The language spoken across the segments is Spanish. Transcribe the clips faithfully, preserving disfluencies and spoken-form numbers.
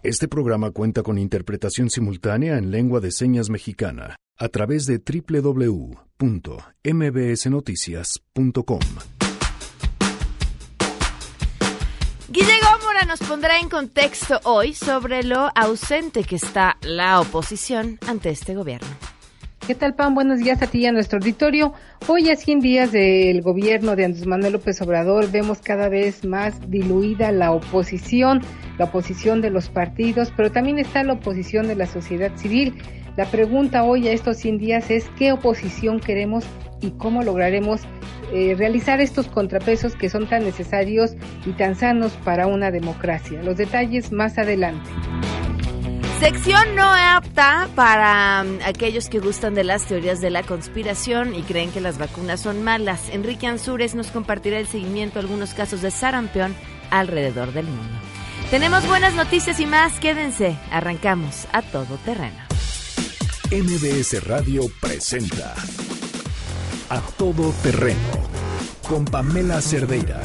Este programa cuenta con interpretación simultánea en lengua de señas mexicana a través de doble u doble u doble u punto m b s noticias punto com. Guille Gómora nos pondrá en contexto hoy sobre lo ausente que está la oposición ante este gobierno. ¿Qué tal, Pam? Buenos días a ti y a nuestro auditorio. Hoy, a cien días del gobierno de Andrés Manuel López Obrador, vemos cada vez más diluida la oposición, la oposición de los partidos, pero también está la oposición de la sociedad civil. La pregunta hoy a estos cien días es ¿qué oposición queremos y cómo lograremos eh, realizar estos contrapesos que son tan necesarios y tan sanos para una democracia? Los detalles más adelante. Sección no apta para um, aquellos que gustan de las teorías de la conspiración y creen que las vacunas son malas. Enrique Ansúrez nos compartirá el seguimiento a algunos casos de sarampión alrededor del mundo. Tenemos buenas noticias y más, quédense. Arrancamos a todo terreno. M B S Radio presenta A Todo Terreno con Pamela Cerdeira.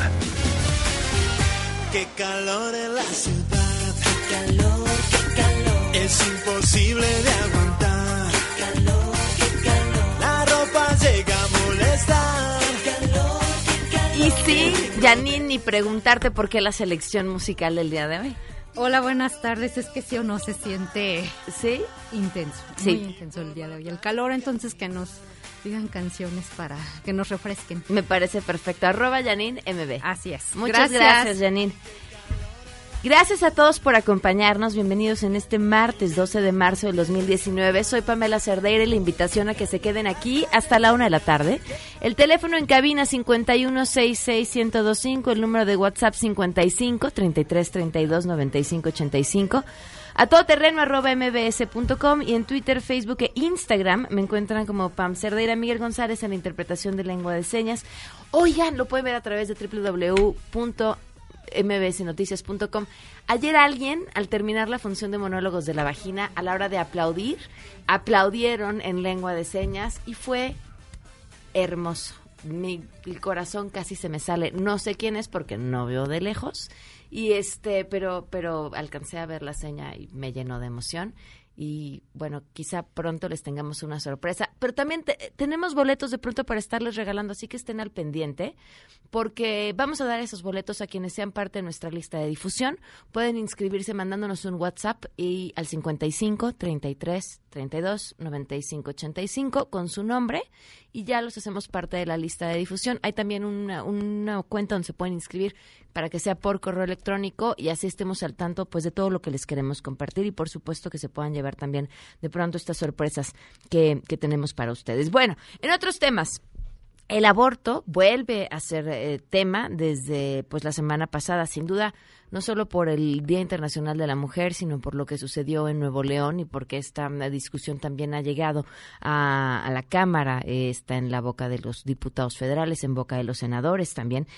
Qué calor en la ciudad, qué calor, qué calor. Es imposible de aguantar. Qué calor, qué calor. La ropa llega a molestar. Qué calor, qué calor. Y sí, Janine, ni preguntarte por qué la selección musical del día de hoy. Hola, buenas tardes. Es que sí o no se siente ¿Sí? intenso, Sí. muy intenso el día de hoy. El calor, entonces que nos digan canciones para que nos refresquen. Me parece perfecto. Arroba Janine M B. Así es. Muchas gracias, gracias Janine. Gracias a todos por acompañarnos. Bienvenidos en este martes doce de marzo del dos mil diecinueve. Soy Pamela Cerdeira y la invitación a que se queden aquí hasta la una de la tarde. El teléfono en cabina cincuenta y uno sesenta y seis, ciento veinticinco, el número de WhatsApp cincuenta y cinco, treinta y tres, treinta y dos, noventa y cinco, ochenta y cinco. A todoterreno arroba mbs punto com y en Twitter, Facebook e Instagram me encuentran como Pam Cerdeira. Miguel González en la interpretación de lengua de señas. Oigan, lo pueden ver a través de doble u doble u doble u punto m b s noticias punto com. Ayer alguien, al terminar la función de monólogos de la vagina, a la hora de aplaudir, aplaudieron en lengua de señas y fue hermoso. Mi el corazón casi se me sale. No sé quién es porque no veo de lejos. Y este, pero, pero alcancé a ver la seña y me llenó de emoción. Y bueno, quizá pronto les tengamos una sorpresa, pero también te, tenemos boletos de pronto para estarles regalando, así que estén al pendiente, porque vamos a dar esos boletos a quienes sean parte de nuestra lista de difusión. Pueden inscribirse mandándonos un WhatsApp y al cincuenta y cinco, treinta y tres, treinta y dos, noventa y cinco, ochenta y cinco con su nombre y ya los hacemos parte de la lista de difusión. Hay también una, una cuenta donde se pueden inscribir para que sea por correo electrónico y así estemos al tanto pues de todo lo que les queremos compartir y por supuesto que se puedan llevar también de pronto estas sorpresas que, que tenemos para ustedes. Bueno, en otros temas, el aborto vuelve a ser eh, tema desde pues la semana pasada, sin duda, no solo por el Día Internacional de la Mujer, sino por lo que sucedió en Nuevo León y porque esta discusión también ha llegado a, a la Cámara, eh, está en la boca de los diputados federales, en boca de los senadores también.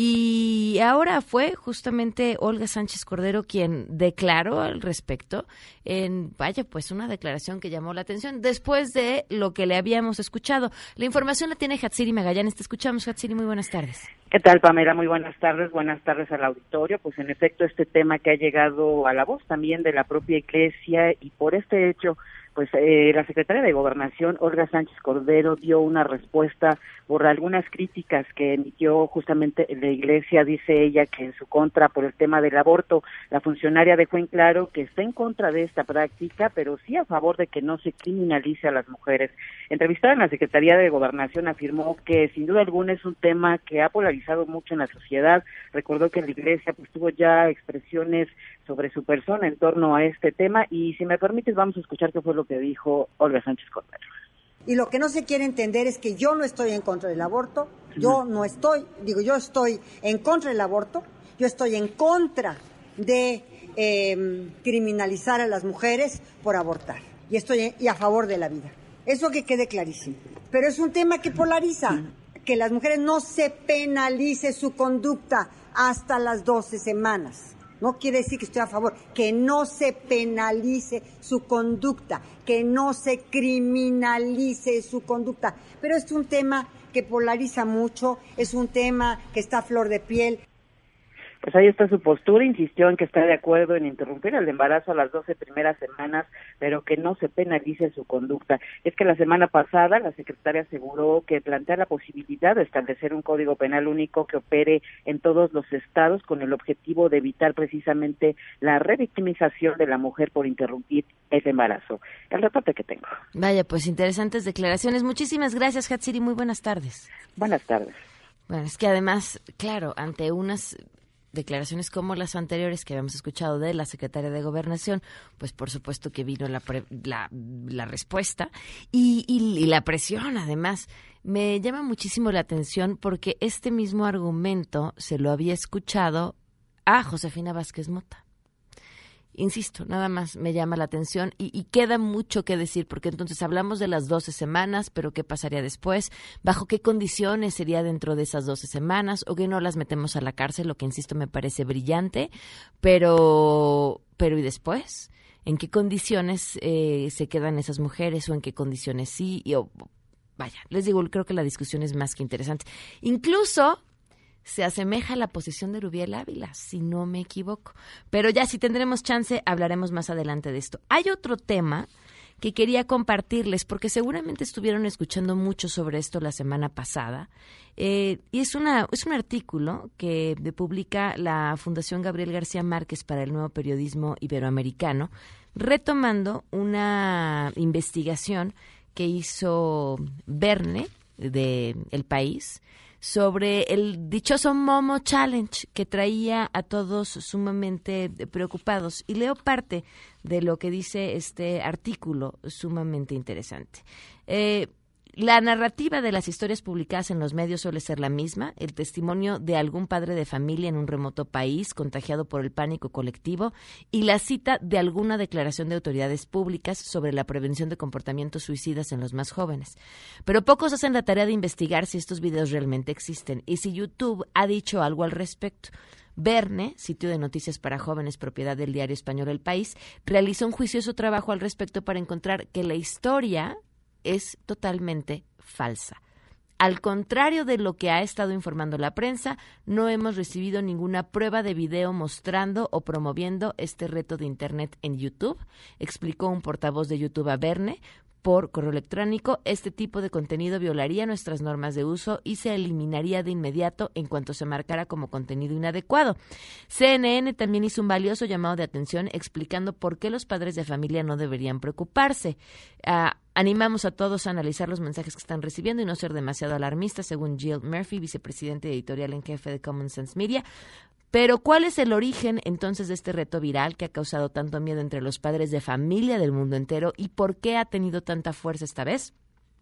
Y ahora fue justamente Olga Sánchez Cordero quien declaró al respecto, en, vaya, pues una declaración que llamó la atención después de lo que le habíamos escuchado. La información la tiene Hatsiri Magallanes. Te escuchamos, Hatsiri, muy buenas tardes. ¿Qué tal, Pamela? Muy buenas tardes, buenas tardes al auditorio. Pues en efecto, este tema que ha llegado a la voz también de la propia Iglesia y por este hecho, pues eh, la secretaria de Gobernación, Olga Sánchez Cordero, dio una respuesta por algunas críticas que emitió justamente la Iglesia. Dice ella que en su contra por el tema del aborto, la funcionaria dejó en claro que está en contra de esta práctica, pero sí a favor de que no se criminalice a las mujeres. Entrevistada en la Secretaría de Gobernación, afirmó que sin duda alguna es un tema que ha polarizado mucho en la sociedad. Recordó que la Iglesia pues tuvo ya expresiones sobre su persona en torno a este tema y si me permites vamos a escuchar qué fue lo que dijo Olga Sánchez Cordero. Y lo que no se quiere entender es que yo no estoy en contra del aborto, yo no estoy, digo, yo estoy en contra del aborto, yo estoy en contra de eh, criminalizar a las mujeres por abortar y estoy y a favor de la vida. Eso que quede clarísimo. Pero es un tema que polariza, que las mujeres no se penalice su conducta hasta las doce semanas. No quiere decir que estoy a favor, que no se penalice su conducta, que no se criminalice su conducta. Pero es un tema que polariza mucho, es un tema que está a flor de piel. Pues ahí está su postura, insistió en que está de acuerdo en interrumpir el embarazo a las doce primeras semanas, pero que no se penalice su conducta. Es que la semana pasada la secretaria aseguró que plantea la posibilidad de establecer un código penal único que opere en todos los estados con el objetivo de evitar precisamente la revictimización de la mujer por interrumpir ese embarazo. El reporte que tengo. Vaya, pues interesantes declaraciones. Muchísimas gracias, Hatsiri. Muy buenas tardes. Buenas tardes. Bueno, es que además, claro, ante unas declaraciones como las anteriores que habíamos escuchado de la secretaria de Gobernación, pues por supuesto que vino la pre, la, la respuesta y, y, y la presión. Además, me llama muchísimo la atención porque este mismo argumento se lo había escuchado a Josefina Vázquez Mota. Insisto, nada más me llama la atención y, y queda mucho que decir, porque entonces hablamos de las doce semanas, pero ¿qué pasaría después? ¿Bajo qué condiciones sería dentro de esas doce semanas? ¿O que no las metemos a la cárcel? Lo que, insisto, me parece brillante, pero, pero ¿y después? ¿En qué condiciones eh, se quedan esas mujeres o en qué condiciones sí? Y, oh, vaya, les digo, creo que la discusión es más que interesante. Incluso se asemeja a la posición de Rubiel Ávila, si no me equivoco. Pero ya, si tendremos chance, hablaremos más adelante de esto. Hay otro tema que quería compartirles, porque seguramente estuvieron escuchando mucho sobre esto la semana pasada. Eh, y es, una, es un artículo que publica la Fundación Gabriel García Márquez para el Nuevo Periodismo Iberoamericano, retomando una investigación que hizo Verne, de El País, sobre el dichoso Momo Challenge que traía a todos sumamente preocupados. Y leo parte de lo que dice este artículo sumamente interesante. Eh, La narrativa de las historias publicadas en los medios suele ser la misma, el testimonio de algún padre de familia en un remoto país contagiado por el pánico colectivo y la cita de alguna declaración de autoridades públicas sobre la prevención de comportamientos suicidas en los más jóvenes. Pero pocos hacen la tarea de investigar si estos videos realmente existen y si YouTube ha dicho algo al respecto. Verne, sitio de noticias para jóvenes propiedad del diario español El País, realizó un juicioso trabajo al respecto para encontrar que la historia es totalmente falsa. Al contrario de lo que ha estado informando la prensa, no hemos recibido ninguna prueba de video mostrando o promoviendo este reto de Internet en YouTube, explicó un portavoz de YouTube a Verne. Por correo electrónico, este tipo de contenido violaría nuestras normas de uso y se eliminaría de inmediato en cuanto se marcara como contenido inadecuado. C N N también hizo un valioso llamado de atención explicando por qué los padres de familia no deberían preocuparse. Uh, Animamos a todos a analizar los mensajes que están recibiendo y no ser demasiado alarmistas, según Jill Murphy, vicepresidente editorial en jefe de Common Sense Media. Pero, ¿cuál es el origen entonces de este reto viral que ha causado tanto miedo entre los padres de familia del mundo entero y por qué ha tenido tanta fuerza esta vez?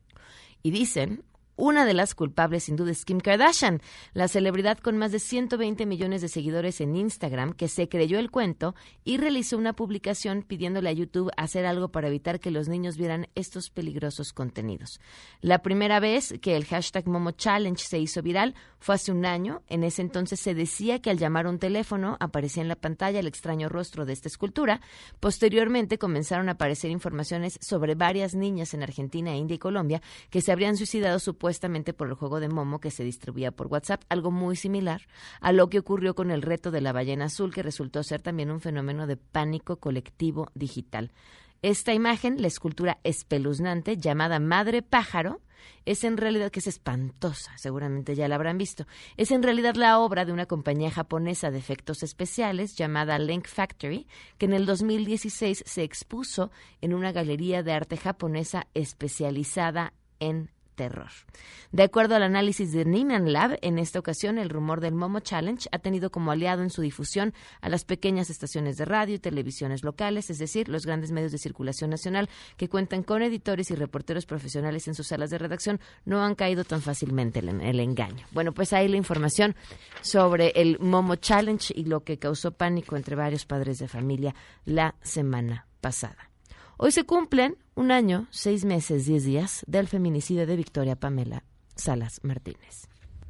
Y dicen, una de las culpables sin duda es Kim Kardashian, la celebridad con más de ciento veinte millones de seguidores en Instagram, que se creyó el cuento y realizó una publicación pidiéndole a YouTube hacer algo para evitar que los niños vieran estos peligrosos contenidos. La primera vez que el hashtag Momo Challenge se hizo viral fue hace un año. En ese entonces se decía que al llamar un teléfono aparecía en la pantalla el extraño rostro de esta escultura. Posteriormente comenzaron a aparecer informaciones sobre varias niñas en Argentina, India y Colombia que se habrían suicidado supuestamente supuestamente por el juego de Momo que se distribuía por WhatsApp, algo muy similar a lo que ocurrió con el reto de la ballena azul, que resultó ser también un fenómeno de pánico colectivo digital. Esta imagen, la escultura espeluznante llamada Madre Pájaro, es en realidad, que es espantosa, seguramente ya la habrán visto, es en realidad la obra de una compañía japonesa de efectos especiales llamada Link Factory, que en el dos mil dieciséis se expuso en una galería de arte japonesa especializada en terror. De acuerdo al análisis de Nieman Lab, en esta ocasión el rumor del Momo Challenge ha tenido como aliado en su difusión a las pequeñas estaciones de radio y televisiones locales, es decir, los grandes medios de circulación nacional que cuentan con editores y reporteros profesionales en sus salas de redacción no han caído tan fácilmente en el engaño. Bueno, pues ahí la información sobre el Momo Challenge y lo que causó pánico entre varios padres de familia la semana pasada. Hoy se cumplen un año, seis meses, diez días del feminicidio de Victoria Pamela Salas Martínez.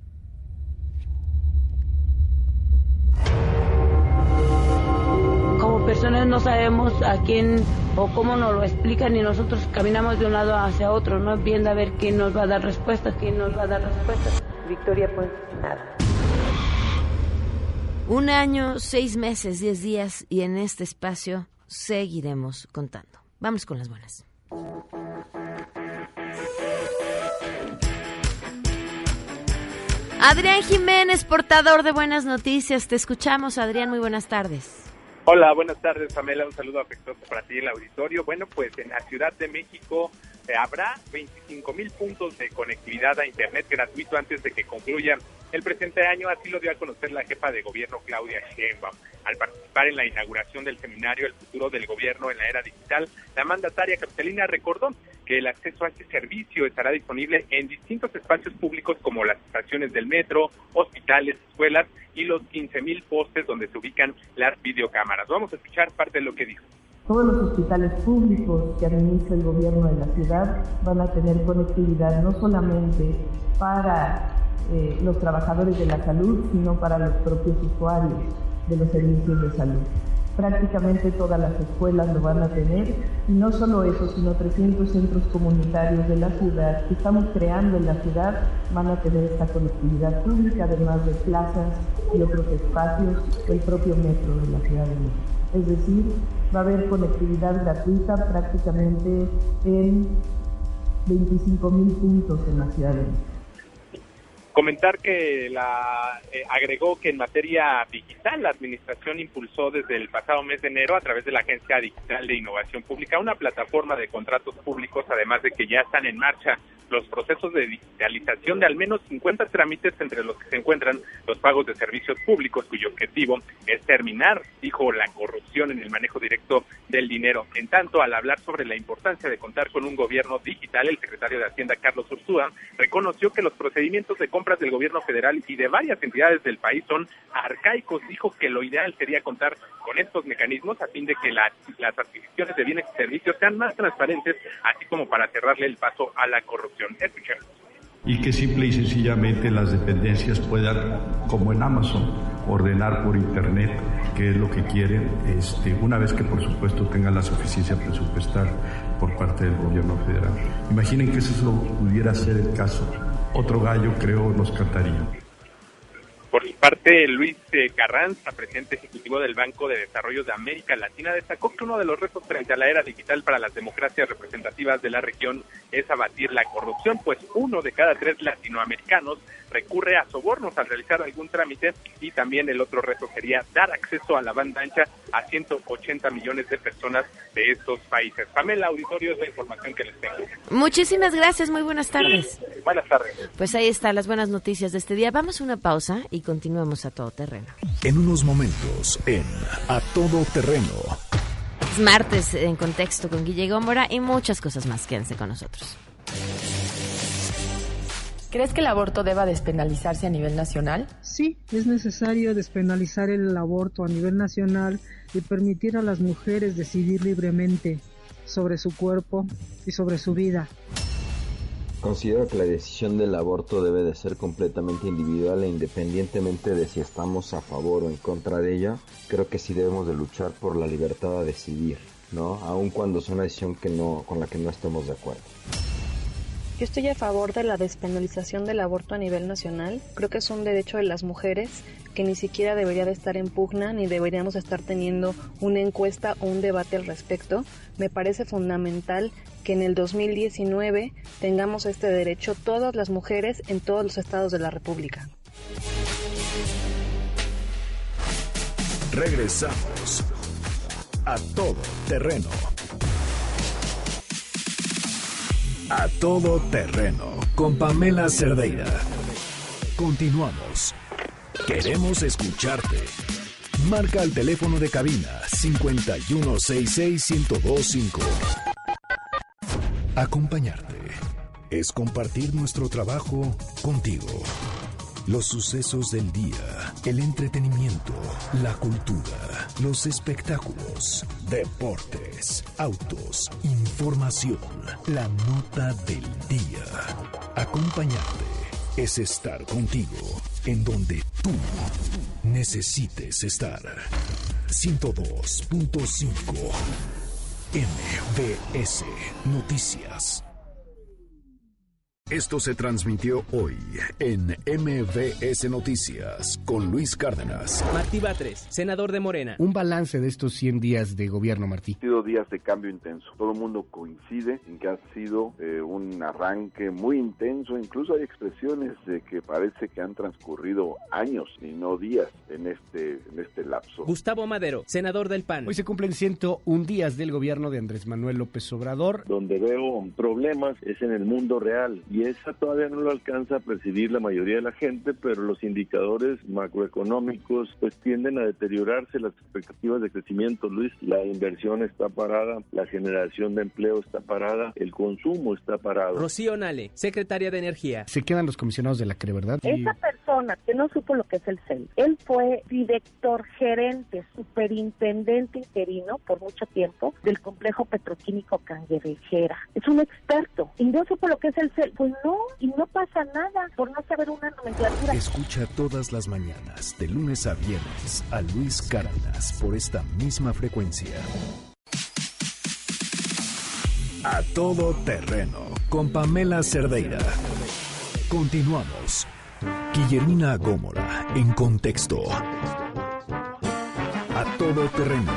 Como personas no sabemos a quién o cómo nos lo explican y nosotros caminamos de un lado hacia otro, no viendo a ver quién nos va a dar respuesta, quién nos va a dar respuesta. Victoria, pues nada. Un año, seis meses, diez días y en este espacio seguiremos contando. Vamos con las buenas. Adrián Jiménez, portador de buenas noticias. Te escuchamos, Adrián. Muy buenas tardes. Hola, buenas tardes, Pamela. Un saludo afectuoso para ti y el auditorio. Bueno, pues en la Ciudad de México eh, habrá veinticinco mil puntos de conectividad a Internet gratuito antes de que concluya el presente año. Así lo dio a conocer la jefa de gobierno, Claudia Sheinbaum. Al participar en la inauguración del seminario El futuro del gobierno en la era digital, la mandataria capitalina recordó que el acceso a este servicio estará disponible en distintos espacios públicos como las estaciones del metro, hospitales, escuelas y los quince mil postes donde se ubican las videocámaras. Vamos a escuchar parte de lo que dijo. Todos los hospitales públicos que administra el gobierno de la ciudad van a tener conectividad no solamente para eh, los trabajadores de la salud, sino para los propios usuarios de los servicios de salud. Prácticamente todas las escuelas lo van a tener, y no solo eso, sino trescientos centros comunitarios de la ciudad que estamos creando en la ciudad van a tener esta conectividad pública, además de plazas y otros espacios del propio metro de la Ciudad de México. Es decir, va a haber conectividad gratuita prácticamente en veinticinco mil puntos en la Ciudad de México. Comentar que la eh, agregó que en materia digital la administración impulsó desde el pasado mes de enero a través de la Agencia Digital de Innovación Pública una plataforma de contratos públicos, además de que ya están en marcha los procesos de digitalización de al menos cincuenta trámites, entre los que se encuentran los pagos de servicios públicos, cuyo objetivo es terminar, dijo, la corrupción en el manejo directo del dinero. En tanto, al hablar sobre la importancia de contar con un gobierno digital, el secretario de Hacienda, Carlos Ursúa, reconoció que los procedimientos de compras del gobierno federal y de varias entidades del país son arcaicos. Dijo que lo ideal sería contar con estos mecanismos a fin de que la, las adquisiciones de bienes y servicios sean más transparentes, así como para cerrarle el paso a la corrupción. Escuchemos. Y que simple y sencillamente las dependencias puedan, como en Amazon, ordenar por internet qué es lo que quieren, este, una vez que por supuesto tengan la suficiencia presupuestal por parte del gobierno federal. Imaginen que eso pudiera ser el caso. Otro gallo, creo, nos cantaría. Por su parte, Luis eh, Carranza, presidente ejecutivo del Banco de Desarrollo de América Latina, destacó que uno de los retos frente a la era digital para las democracias representativas de la región es abatir la corrupción, pues uno de cada tres latinoamericanos recurre a sobornos al realizar algún trámite, y también el otro reto sería dar acceso a la banda ancha a ciento ochenta millones de personas de estos países. Pamela, auditorio, es la información que les tengo. Muchísimas gracias, muy buenas tardes. Buenas tardes. Pues ahí están las buenas noticias de este día. Vamos a una pausa y continuamos a todo terreno. En unos momentos, en A Todo Terreno. Es martes en Contexto con Guille Gómora y muchas cosas más. Quédense con nosotros. ¿Crees que el aborto deba despenalizarse a nivel nacional? Sí, es necesario despenalizar el aborto a nivel nacional y permitir a las mujeres decidir libremente sobre su cuerpo y sobre su vida. Considero que la decisión del aborto debe de ser completamente individual e independientemente de si estamos a favor o en contra de ella, creo que sí debemos de luchar por la libertad a decidir, ¿no? Aun cuando es una decisión que no, con la que no estemos de acuerdo. Yo estoy a favor de la despenalización del aborto a nivel nacional. Creo que es un derecho de las mujeres que ni siquiera debería de estar en pugna, ni deberíamos estar teniendo una encuesta o un debate al respecto. Me parece fundamental que en el dos mil diecinueve tengamos este derecho todas las mujeres en todos los estados de la República. Regresamos a Todo Terreno. A Todo Terreno con Pamela Cerdeira. Continuamos. Queremos escucharte. Marca el teléfono de cabina cincuenta y uno sesenta y seis, ciento veinticinco. Acompañarte es compartir nuestro trabajo contigo. Los sucesos del día, el entretenimiento, la cultura, los espectáculos, deportes, autos, información, la nota del día. Acompañarte es estar contigo en donde tú necesites estar. ciento dos punto cinco M B S Noticias. Esto se transmitió hoy en M V S Noticias con Luis Cárdenas. Martí Batres, senador de Morena. Un balance de estos cien días de gobierno, Martí. Han sido días de cambio intenso. Todo el mundo coincide en que ha sido eh, un arranque muy intenso. Incluso hay expresiones de que parece que han transcurrido años y no días en este, en este lapso. Gustavo Madero, senador del P A N. Hoy se cumplen ciento un días del gobierno de Andrés Manuel López Obrador. Donde veo problemas es en el mundo real. Y esa todavía no lo alcanza a percibir la mayoría de la gente, pero los indicadores macroeconómicos pues tienden a deteriorarse, las expectativas de crecimiento, Luis, la inversión está parada, la generación de empleo está parada, el consumo está parado. Rocío Nale, secretaria de Energía. Se quedan los comisionados de la C R E, ¿verdad? Y... Esa persona que no supo lo que es el C E L, él fue director gerente, superintendente interino por mucho tiempo del complejo petroquímico Cangrejera. Es un experto y no supo lo que es el C E L. Pues no, y no pasa nada por no saber una nomenclatura. Escucha todas las mañanas, de lunes a viernes, a Luis Cárdenas por esta misma frecuencia. A todo terreno, con Pamela Cerdeira. Continuamos. Guillermina Gómora, en contexto. A todo terreno.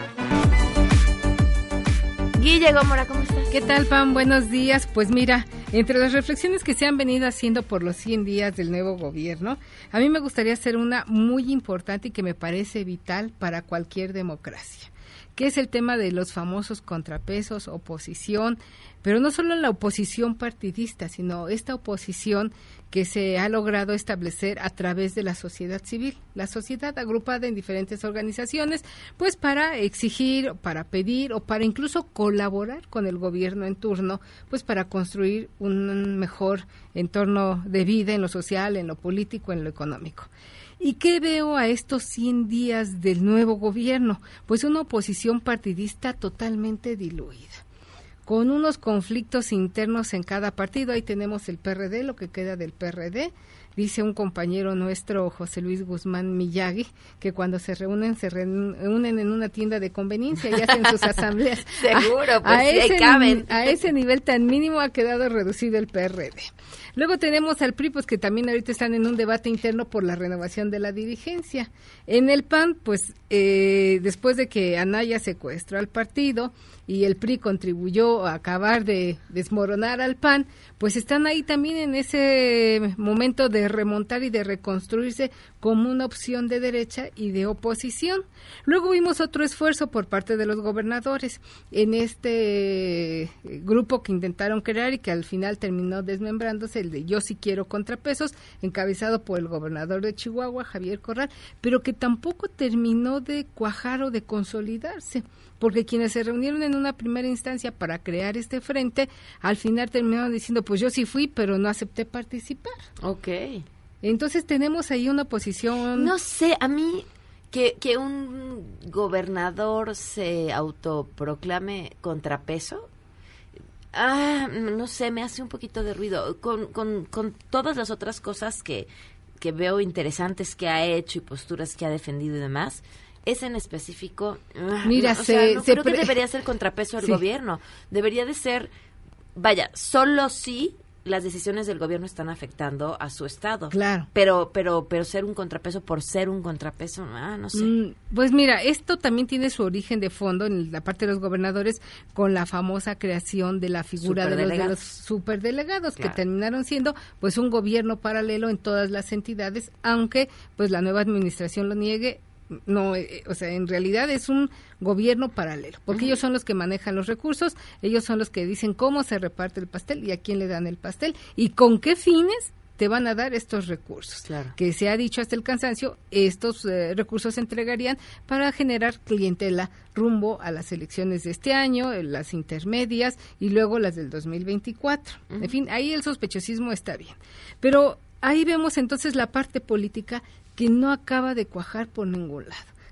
Guille Gómora, ¿cómo estás? ¿Qué tal, Pam? Buenos días. Pues mira, entre las reflexiones que se han venido haciendo por los cien días del nuevo gobierno, a mí me gustaría hacer una muy importante y que me parece vital para cualquier democracia, que es el tema de los famosos contrapesos, oposición, pero no solo la oposición partidista, sino esta oposición que se ha logrado establecer a través de la sociedad civil, la sociedad agrupada en diferentes organizaciones, pues para exigir, para pedir o para incluso colaborar con el gobierno en turno, pues para construir un mejor entorno de vida en lo social, en lo político, en lo económico. ¿Y qué veo a estos cien días del nuevo gobierno? Pues una oposición partidista totalmente diluida, con unos conflictos internos en cada partido. Ahí tenemos el P R D, lo que queda del P R D. Dice un compañero nuestro, José Luis Guzmán Miyagi, que cuando se reúnen, se reúnen en una tienda de conveniencia y hacen sus asambleas. Seguro, pues a, a sí, ese, caben. A ese nivel tan mínimo ha quedado reducido el P R D. Luego tenemos al P R I, pues que también ahorita están en un debate interno por la renovación de la dirigencia. En el P A N, pues eh, después de que Anaya secuestró al partido y el P R I contribuyó a acabar de desmoronar al P A N, pues están ahí también en ese momento de remontar y de reconstruirse como una opción de derecha y de oposición. Luego vimos otro esfuerzo por parte de los gobernadores en este grupo que intentaron crear y que al final terminó desmembrándose, el de Yo Sí Quiero Contrapesos, encabezado por el gobernador de Chihuahua, Javier Corral, pero que tampoco terminó de cuajar o de consolidarse, porque quienes se reunieron en una primera instancia para crear este frente, al final terminaron diciendo, pues yo sí fui, pero no acepté participar. Ok. Entonces tenemos ahí una posición... No sé, a mí que, que un gobernador se autoproclame contrapeso, ah, no sé, me hace un poquito de ruido. Con, con, con todas las otras cosas que, que veo interesantes que ha hecho y posturas que ha defendido y demás... Ese en específico, Mira, no, o se, sea, no se creo pre- que debería ser contrapeso al sí. gobierno. Debería de ser, vaya, solo si las decisiones del gobierno están afectando a su estado. Claro. Pero, pero, pero ser un contrapeso por ser un contrapeso, ah, no sé. Mm, pues mira, esto también tiene su origen de fondo en la parte de los gobernadores con la famosa creación de la figura de los, de los superdelegados, claro, que terminaron siendo pues un gobierno paralelo en todas las entidades, aunque pues la nueva administración lo niegue. No, eh, o sea, en realidad es un gobierno paralelo, porque uh-huh. ellos son los que manejan los recursos, ellos son los que dicen cómo se reparte el pastel y a quién le dan el pastel y con qué fines te van a dar estos recursos. Claro. Que se ha dicho hasta el cansancio, estos eh, recursos se entregarían para generar clientela rumbo a las elecciones de este año, las intermedias y luego las del dos mil veinticuatro. Uh-huh. En fin, ahí el sospechosismo está bien. Pero ahí vemos entonces la parte política que no acaba de cuajar por ningún lado.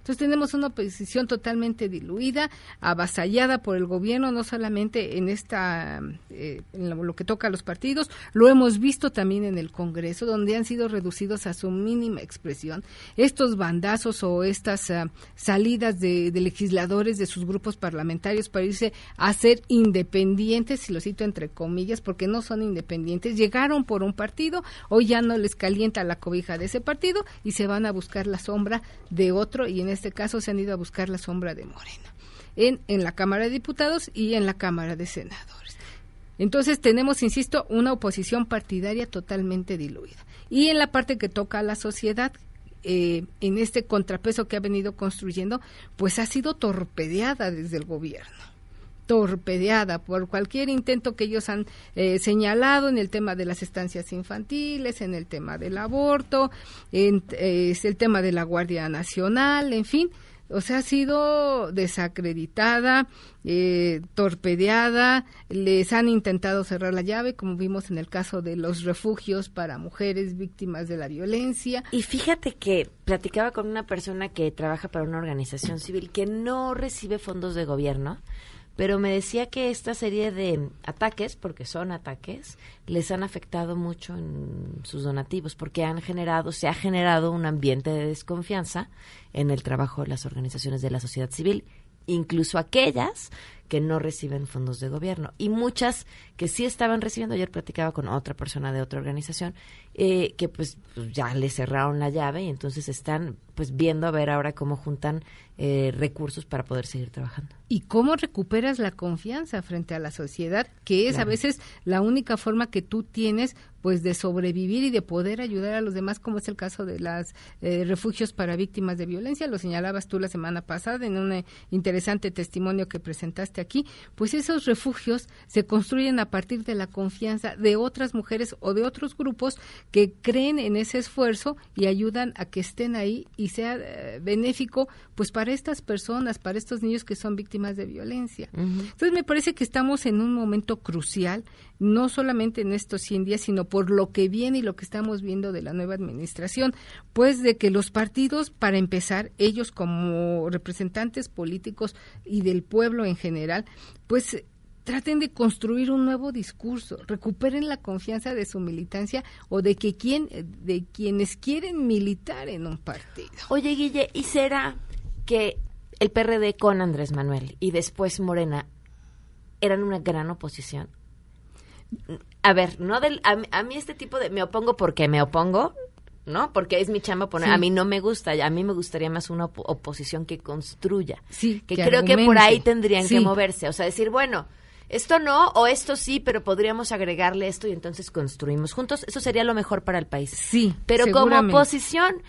Entonces tenemos una oposición totalmente diluida, avasallada por el gobierno, no solamente en esta eh, en lo, lo que toca a los partidos, lo hemos visto también en el Congreso, donde han sido reducidos a su mínima expresión. Estos bandazos o estas uh, salidas de, de legisladores de sus grupos parlamentarios para irse a ser independientes, y lo cito entre comillas, porque no son independientes, llegaron por un partido, hoy ya no les calienta la cobija de ese partido y se van a buscar la sombra de otro, y en este caso se han ido a buscar la sombra de Morena, en, en la Cámara de Diputados y en la Cámara de Senadores. Entonces tenemos, insisto, una oposición partidaria totalmente diluida. Y en la parte que toca a la sociedad, eh, en este contrapeso que ha venido construyendo, pues ha sido torpedeada desde el gobierno. torpedeada por cualquier intento que ellos han eh, señalado en el tema de las estancias infantiles, en el tema del aborto, en eh, el tema de la Guardia Nacional, en fin, o sea, ha sido desacreditada, eh, torpedeada, les han intentado cerrar la llave, como vimos en el caso de los refugios para mujeres víctimas de la violencia. Y fíjate que platicaba con una persona que trabaja para una organización civil que no recibe fondos de gobierno, pero me decía que esta serie de ataques, porque son ataques, les han afectado mucho en sus donativos, porque han generado, se ha generado un ambiente de desconfianza en el trabajo de las organizaciones de la sociedad civil, incluso aquellas que no reciben fondos de gobierno, y muchas que sí estaban recibiendo. Ayer platicaba con otra persona de otra organización eh, que pues, pues ya le cerraron la llave y entonces están pues viendo a ver ahora cómo juntan eh, recursos para poder seguir trabajando. ¿Y cómo recuperas la confianza frente a la sociedad? Que es claro. A veces la única forma que tú tienes pues de sobrevivir y de poder ayudar a los demás, como es el caso de los eh, refugios para víctimas de violencia. Lo señalabas tú la semana pasada en un eh, interesante testimonio que presentaste aquí. Pues esos refugios se construyen a partir de la confianza de otras mujeres o de otros grupos que creen en ese esfuerzo y ayudan a que estén ahí y sea eh, benéfico pues para estas personas, para estos niños que son víctimas de violencia. Uh-huh. Entonces me parece que estamos en un momento crucial, no solamente en estos cien días, sino por lo que viene y lo que estamos viendo de la nueva administración, pues de que los partidos, para empezar, ellos como representantes políticos y del pueblo en general, pues traten de construir un nuevo discurso, recuperen la confianza de su militancia o de que quien, de quienes quieren militar en un partido. Oye, Guille, ¿y será que el P R D con Andrés Manuel y después Morena eran una gran oposición? A ver, no del a, a mí este tipo de me opongo porque me opongo, ¿no? Porque es mi chamba poner, sí. A mí no me gusta, a mí me gustaría más una op- oposición que construya, sí, que, que creo argumente. Que por ahí tendrían sí. que moverse, o sea, decir, bueno, esto no o esto sí, pero podríamos agregarle esto y entonces construimos juntos, eso sería lo mejor para el país. Sí, pero como oposición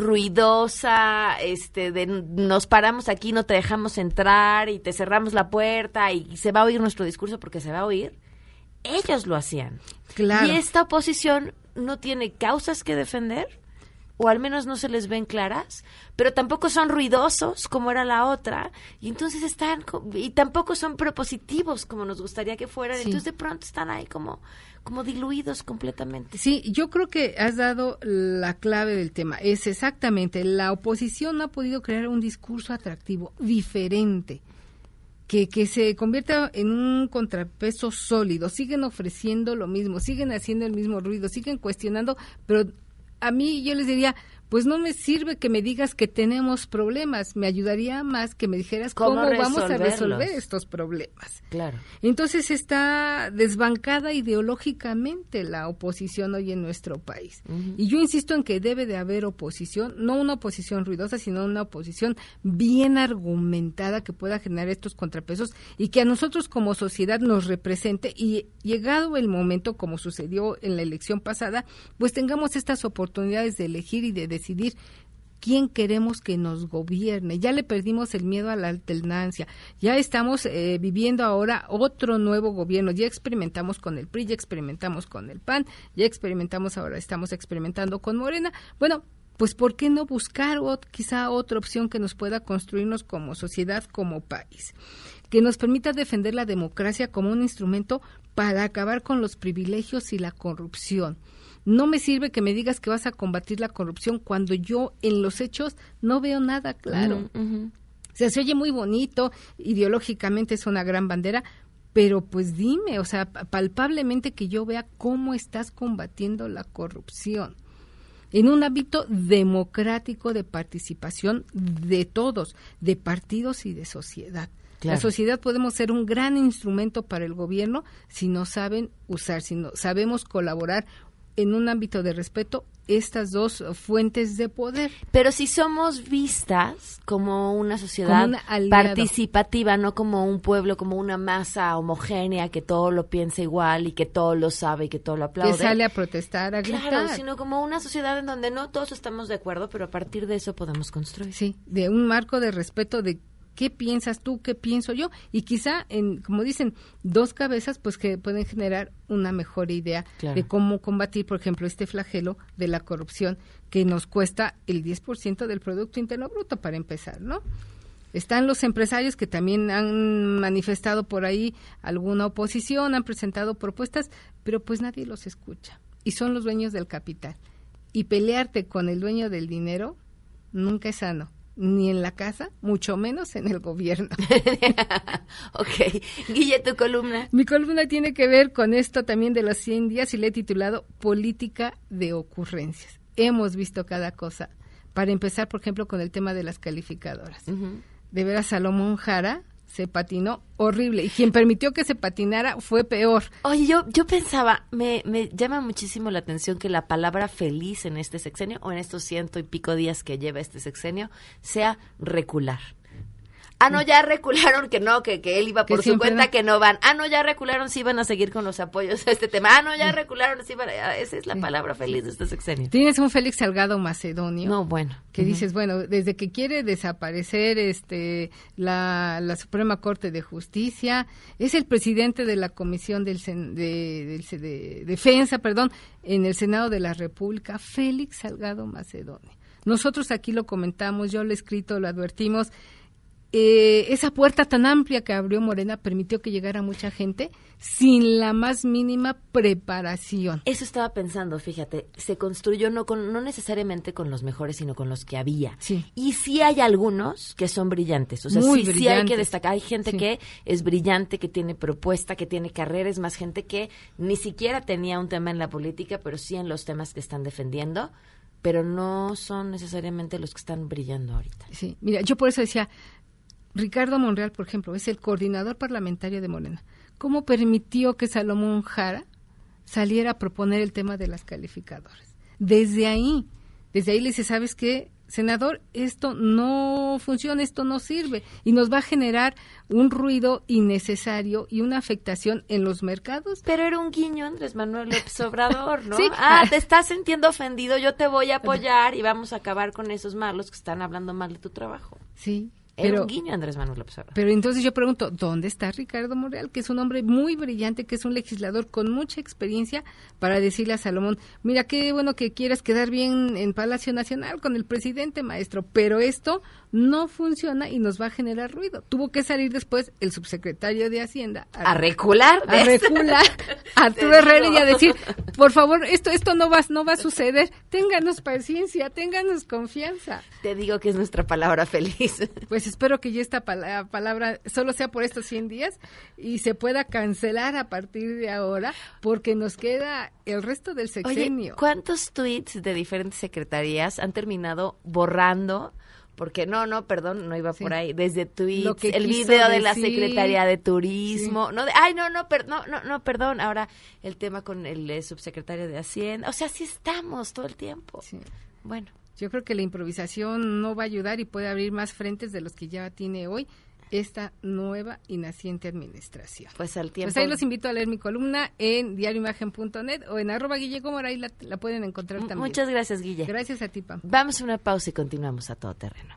ruidosa, este, de nos paramos aquí, no te dejamos entrar y te cerramos la puerta y se va a oír nuestro discurso porque se va a oír. Ellos lo hacían. Claro. Y esta oposición no tiene causas que defender, o al menos no se les ven claras, pero tampoco son ruidosos como era la otra, y entonces están, y tampoco son propositivos como nos gustaría que fueran, sí. Entonces de pronto están ahí como, como diluidos completamente. Sí, yo creo que has dado la clave del tema, es exactamente, la oposición no ha podido crear un discurso atractivo, diferente, Que, que se convierta en un contrapeso sólido, siguen ofreciendo lo mismo, siguen haciendo el mismo ruido, siguen cuestionando, pero a mí yo les diría, pues no me sirve que me digas que tenemos problemas, me ayudaría más que me dijeras cómo, cómo vamos a resolver estos problemas. Claro. Entonces está desbancada ideológicamente la oposición hoy en nuestro país. Uh-huh. Y yo insisto en que debe de haber oposición, no una oposición ruidosa, sino una oposición bien argumentada que pueda generar estos contrapesos y que a nosotros como sociedad nos represente y llegado el momento, como sucedió en la elección pasada, pues tengamos estas oportunidades de elegir y de decidir decidir quién queremos que nos gobierne. Ya le perdimos el miedo a la alternancia, ya estamos eh, viviendo ahora otro nuevo gobierno, ya experimentamos con el P R I, ya experimentamos con el P A N, ya experimentamos ahora, estamos experimentando con Morena. Bueno, pues ¿por qué no buscar ot- quizá otra opción que nos pueda construirnos como sociedad, como país? Que nos permita defender la democracia como un instrumento para acabar con los privilegios y la corrupción. No me sirve que me digas que vas a combatir la corrupción cuando yo en los hechos no veo nada claro. Uh-huh, uh-huh. O sea, se oye muy bonito, ideológicamente es una gran bandera, pero pues dime, o sea, palpablemente que yo vea cómo estás combatiendo la corrupción en un ámbito democrático de participación de todos, de partidos y de sociedad. Claro. La sociedad podemos ser un gran instrumento para el gobierno si no saben usar, si no sabemos colaborar en un ámbito de respeto estas dos fuentes de poder. Pero si somos vistas como una sociedad como una participativa, no como un pueblo, como una masa homogénea que todo lo piensa igual y que todo lo sabe y que todo lo aplaude. Que sale a protestar, a gritar. Claro, sino como una sociedad en donde no todos estamos de acuerdo, pero a partir de eso podemos construir. Sí, de un marco de respeto de qué piensas tú, qué pienso yo, y quizá, en como dicen, dos cabezas, pues que pueden generar una mejor idea claro. de cómo combatir, por ejemplo, este flagelo de la corrupción que nos cuesta el diez por ciento del Producto Interno Bruto, para empezar, ¿no? Están los empresarios que también han manifestado por ahí alguna oposición, han presentado propuestas, pero pues nadie los escucha, y son los dueños del capital. Y pelearte con el dueño del dinero nunca es sano. Ni en la casa, mucho menos en el gobierno. Ok. Guille, tu columna. Mi columna tiene que ver con esto también de los cien días y le he titulado Política de Ocurrencias. Hemos visto cada cosa. Para empezar, por ejemplo, con el tema de las calificadoras. Uh-huh. De veras, Salomón Jara se patinó horrible, y quien permitió que se patinara fue peor. Oye, yo yo pensaba, me, me llama muchísimo la atención que la palabra feliz en este sexenio, o en estos ciento y pico días que lleva este sexenio, sea recular. Ah, no, ya recularon que no, que, que él iba por su cuenta, no. que no van. Ah, no, ya recularon, sí van a seguir con los apoyos a este tema. Ah, no, ya recularon, sí van a... Esa es la palabra feliz de este sexenio. Tienes un Félix Salgado Macedonio. No, bueno. Que uh-huh. dices, bueno, desde que quiere desaparecer este la, la Suprema Corte de Justicia, es el presidente de la Comisión del de, de, de Defensa, perdón, en el Senado de la República, Félix Salgado Macedonio. Nosotros aquí lo comentamos, yo lo he escrito, lo advertimos. Eh, esa puerta tan amplia que abrió Morena permitió que llegara mucha gente sin la más mínima preparación. Eso estaba pensando, fíjate, se construyó no con no necesariamente con los mejores, sino con los que había. Sí. Y sí hay algunos que son brillantes, o sea, Muy sí, brillantes. sí hay que destacar, hay gente sí. que es brillante, que tiene propuesta, que tiene carrera, es más gente que ni siquiera tenía un tema en la política, pero sí en los temas que están defendiendo, pero no son necesariamente los que están brillando ahorita. Sí, mira, yo por eso decía, Ricardo Monreal, por ejemplo, es el coordinador parlamentario de Morena. ¿Cómo permitió que Salomón Jara saliera a proponer el tema de las calificadoras? Desde ahí, desde ahí le dice, ¿sabes qué, senador? Esto no funciona, esto no sirve, y nos va a generar un ruido innecesario y una afectación en los mercados. Pero era un guiño, Andrés Manuel López Obrador, ¿no? Sí. Ah, te estás sintiendo ofendido, yo te voy a apoyar y vamos a acabar con esos malos que están hablando mal de tu trabajo. Sí. Era pero, un guiño Andrés Manuel López Obrador. Pero entonces yo pregunto, ¿dónde está Ricardo Monreal? Que es un hombre muy brillante, que es un legislador con mucha experiencia para decirle a Salomón, mira, qué bueno que quieras quedar bien en Palacio Nacional con el presidente, maestro, pero esto no funciona y nos va a generar ruido. Tuvo que salir después el subsecretario de Hacienda a, a recular, a recular, a Arturo Herrera, y a decir, por favor, esto esto no va no va a suceder. Ténganos paciencia, ténganos confianza. Te digo que es nuestra palabra feliz. Pues espero que ya esta pala- palabra solo sea por estos cien días y se pueda cancelar a partir de ahora, porque nos queda el resto del sexenio. Oye, ¿cuántos tweets de diferentes secretarías han terminado borrando? Porque no, no, perdón, no iba sí. por ahí. Desde tweets, el video de la Secretaría de Turismo, sí. no de, ay, no, no, per, no, no, no, perdón, ahora el tema con el eh, subsecretario de Hacienda. O sea, así estamos todo el tiempo. Sí. Bueno. Yo creo que la improvisación no va a ayudar y puede abrir más frentes de los que ya tiene hoy esta nueva y naciente administración. Pues al tiempo. Pues ahí los invito a leer mi columna en diario imagen punto net o en arroba Guille Gómora, ahí la, la pueden encontrar también. Muchas gracias, Guille. Gracias a ti, Pam. Vamos a una pausa y continuamos a todo terreno.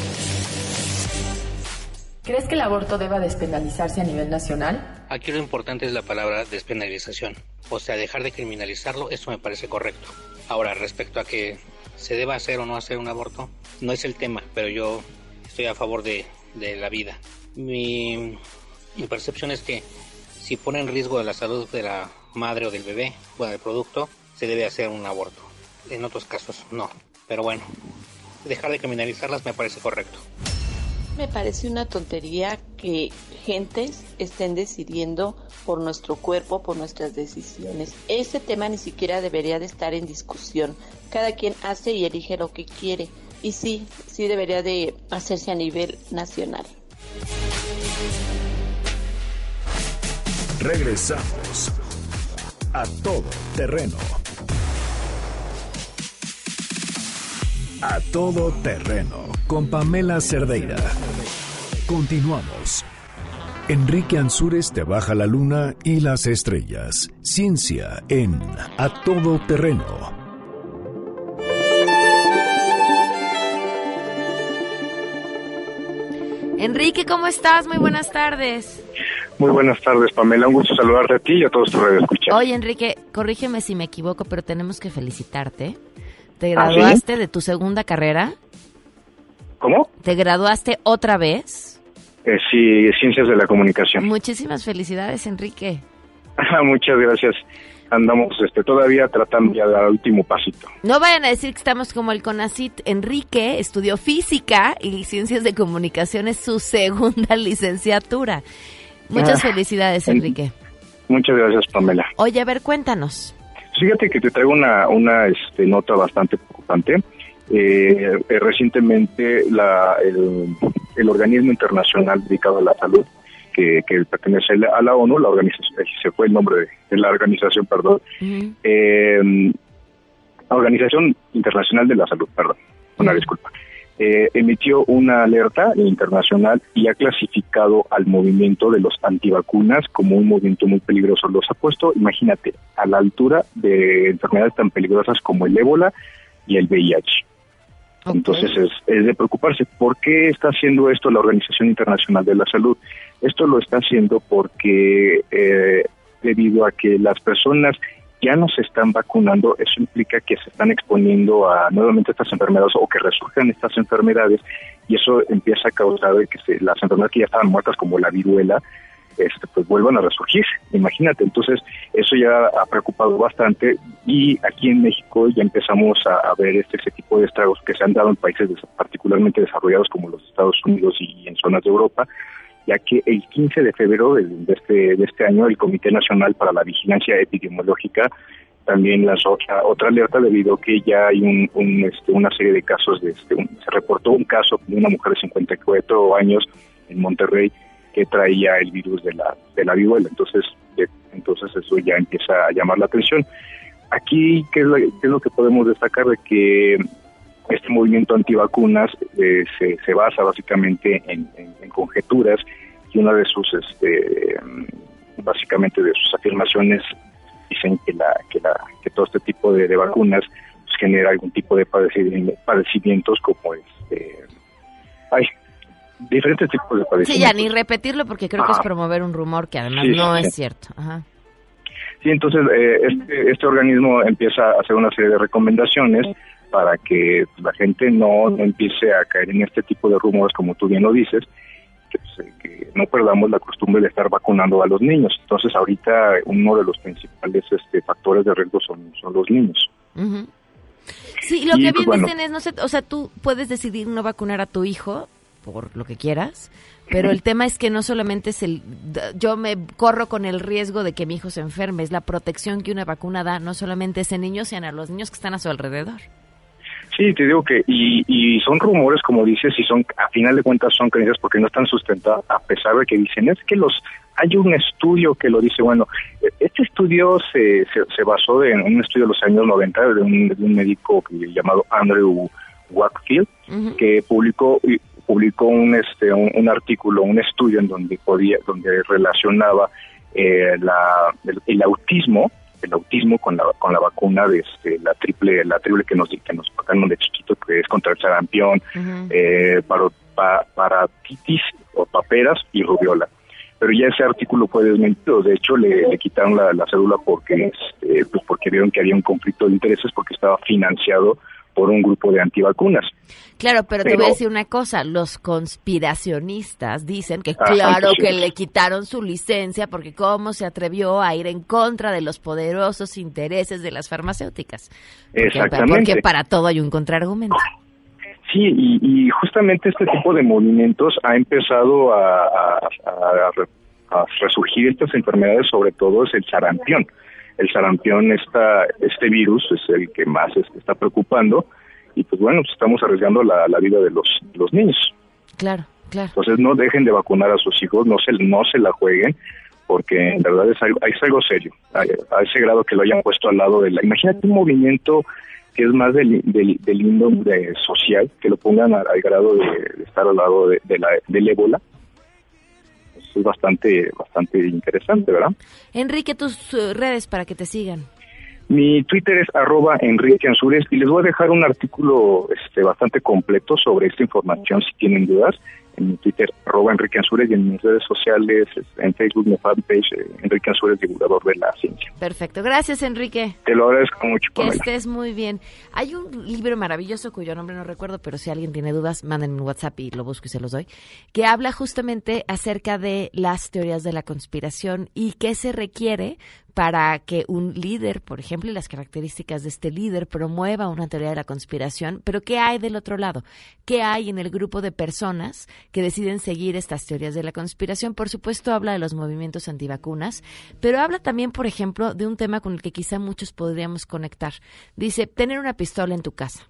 ¿Crees que el aborto deba despenalizarse a nivel nacional? Aquí lo importante es la palabra despenalización. O sea, dejar de criminalizarlo, eso me parece correcto. Ahora, respecto a que se deba hacer o no hacer un aborto, no es el tema, pero yo estoy a favor de, de la vida. Mi, mi percepción es que si pone en riesgo la salud de la madre o del bebé, bueno, del producto, se debe hacer un aborto. En otros casos no. Pero bueno, dejar de criminalizarlas me parece correcto. Me parece una tontería que gentes estén decidiendo por nuestro cuerpo, por nuestras decisiones. Ese tema ni siquiera debería de estar en discusión. Cada quien hace y elige lo que quiere. Y sí, sí debería de hacerse a nivel nacional. Regresamos a Todo Terreno. A Todo Terreno con Pamela Cerdeira. Continuamos. Enrique Ansúrez te baja la luna y las estrellas. Ciencia en A Todo Terreno. Enrique, ¿cómo estás? Muy buenas tardes. Muy buenas tardes, Pamela. Un gusto saludarte a ti y a todos tus radioescuchas. Oye, Enrique, corrígeme si me equivoco, pero tenemos que felicitarte. ¿Te graduaste ¿Ah, sí? de tu segunda carrera? ¿Cómo? ¿Te graduaste otra vez? Eh, sí, Ciencias de la Comunicación. Muchísimas felicidades, Enrique. Muchas gracias. Andamos este, todavía tratando ya del último pasito. No vayan a decir que estamos como el CONACYT. Enrique estudió Física y Ciencias de Comunicación es su segunda licenciatura. Muchas ah, felicidades, Enrique. Muchas gracias, Pamela. Oye, a ver, cuéntanos. Fíjate que te traigo una, una este, nota bastante preocupante. Eh, eh, recientemente la, el, el organismo internacional dedicado a la salud, que, que pertenece a la ONU, la organización, se fue el nombre de, de la organización, perdón, uh-huh. eh, Organización Internacional de la Salud, perdón, una uh-huh. disculpa, eh, emitió una alerta internacional y ha clasificado al movimiento de los antivacunas como un movimiento muy peligroso. Los ha puesto, imagínate, a la altura de enfermedades tan peligrosas como el ébola y el V I H. Okay. Entonces es, es de preocuparse. ¿Por qué está haciendo esto la Organización Internacional de la Salud? Esto lo está haciendo porque eh, debido a que las personas ya no se están vacunando, eso implica que se están exponiendo a nuevamente estas enfermedades o que resurjan estas enfermedades, y eso empieza a causar que se, las enfermedades que ya estaban muertas como la viruela este, pues vuelvan a resurgir. Imagínate, entonces eso ya ha preocupado bastante, y aquí en México ya empezamos a, a ver este ese tipo de estragos que se han dado en países des, particularmente desarrollados como los Estados Unidos y en zonas de Europa, ya que el quince de febrero de, de, este, de este año el Comité Nacional para la Vigilancia Epidemiológica también lanzó otra, otra alerta debido a que ya hay un, un, este, una serie de casos, de este, un, se reportó un caso de una mujer de cincuenta y cuatro años en Monterrey que traía el virus de la de la viruela, entonces de, entonces eso ya empieza a llamar la atención. Aquí, ¿qué es, la, qué es lo que podemos destacar? De que este movimiento antivacunas eh, se, se basa básicamente en, en, en conjeturas, y una de sus, este, básicamente de sus afirmaciones dicen que la que la que todo este tipo de, de vacunas pues, genera algún tipo de padecimientos, padecimientos como este, hay diferentes tipos de padecimientos. Sí, ya ni repetirlo porque creo Ajá. que es promover un rumor que además sí, no sí. es cierto. Ajá. Sí, entonces eh, este, este organismo empieza a hacer una serie de recomendaciones para que la gente no, no empiece a caer en este tipo de rumores, como tú bien lo dices, que, pues, que no perdamos la costumbre de estar vacunando a los niños. Entonces, ahorita uno de los principales este, factores de riesgo son, son los niños. Uh-huh. Sí, lo y, que bien pues, bueno, dicen es, no sé, o sea, tú puedes decidir no vacunar a tu hijo por lo que quieras, pero el tema es que no solamente es el, yo me corro con el riesgo de que mi hijo se enferme, es la protección que una vacuna da, no solamente a ese niño, sino a los niños que están a su alrededor. Sí, te digo que, y, y son rumores, como dices, y son, a final de cuentas son creencias porque no están sustentadas, a pesar de que dicen, es que los, hay un estudio que lo dice, bueno, este estudio se, se, se basó en un estudio de los años noventa de un, de un médico llamado Andrew Wakefield, uh-huh. que publicó, publicó un, este, un, un artículo, un estudio en donde podía, donde relacionaba eh, la, el, el autismo, el autismo con la con la vacuna de este, la triple la triple que nos que nos pagan de chiquito, que es contra el sarampión, uh-huh. eh, paro, pa, paratitis o paperas y rubiola. Pero ya ese artículo fue desmentido. De hecho, le, le quitaron la, la cédula porque este, pues porque vieron que había un conflicto de intereses, porque estaba financiado por un grupo de antivacunas. Claro, pero, pero te voy a decir una cosa, los conspiracionistas dicen que ah, claro sí. que le quitaron su licencia porque cómo se atrevió a ir en contra de los poderosos intereses de las farmacéuticas. Porque, Exactamente. Porque para todo hay un contraargumento. Sí, y, y justamente este tipo de movimientos ha empezado a, a, a, a resurgir estas enfermedades, sobre todo es el sarampión. El sarampión, esta, este virus es el que más se está preocupando y pues bueno, pues estamos arriesgando la, la vida de los, los niños. Claro, claro. Entonces no dejen de vacunar a sus hijos, no se, no se la jueguen, porque en verdad es algo, es algo serio, a, a ese grado que lo hayan puesto al lado de la... Imagínate un movimiento que es más del, del, del índole social, que lo pongan al, al grado de, de estar al lado de, de la, del ébola. Eso es bastante, bastante interesante, ¿verdad? Enrique, tus uh, redes para que te sigan. Mi Twitter es arroba Enrique Ansúrez y les voy a dejar un artículo este, bastante completo sobre esta información si tienen dudas. En mi Twitter, arroba Enrique Ansúrez, y en mis redes sociales, en Facebook, mi fanpage, eh, Enrique Ansúrez, divulgador de la ciencia. Perfecto. Gracias, Enrique. Te lo agradezco mucho, Que Pamela. estés muy bien. Hay un libro maravilloso cuyo nombre no recuerdo, pero si alguien tiene dudas, mándenme un WhatsApp y lo busco y se los doy, que habla justamente acerca de las teorías de la conspiración y qué se requiere para que un líder, por ejemplo, y las características de este líder promueva una teoría de la conspiración, pero ¿qué hay del otro lado? ¿Qué hay en el grupo de personas que deciden seguir estas teorías de la conspiración? Por supuesto, habla de los movimientos antivacunas, pero habla también, por ejemplo, de un tema con el que quizá muchos podríamos conectar. Dice, tener una pistola en tu casa.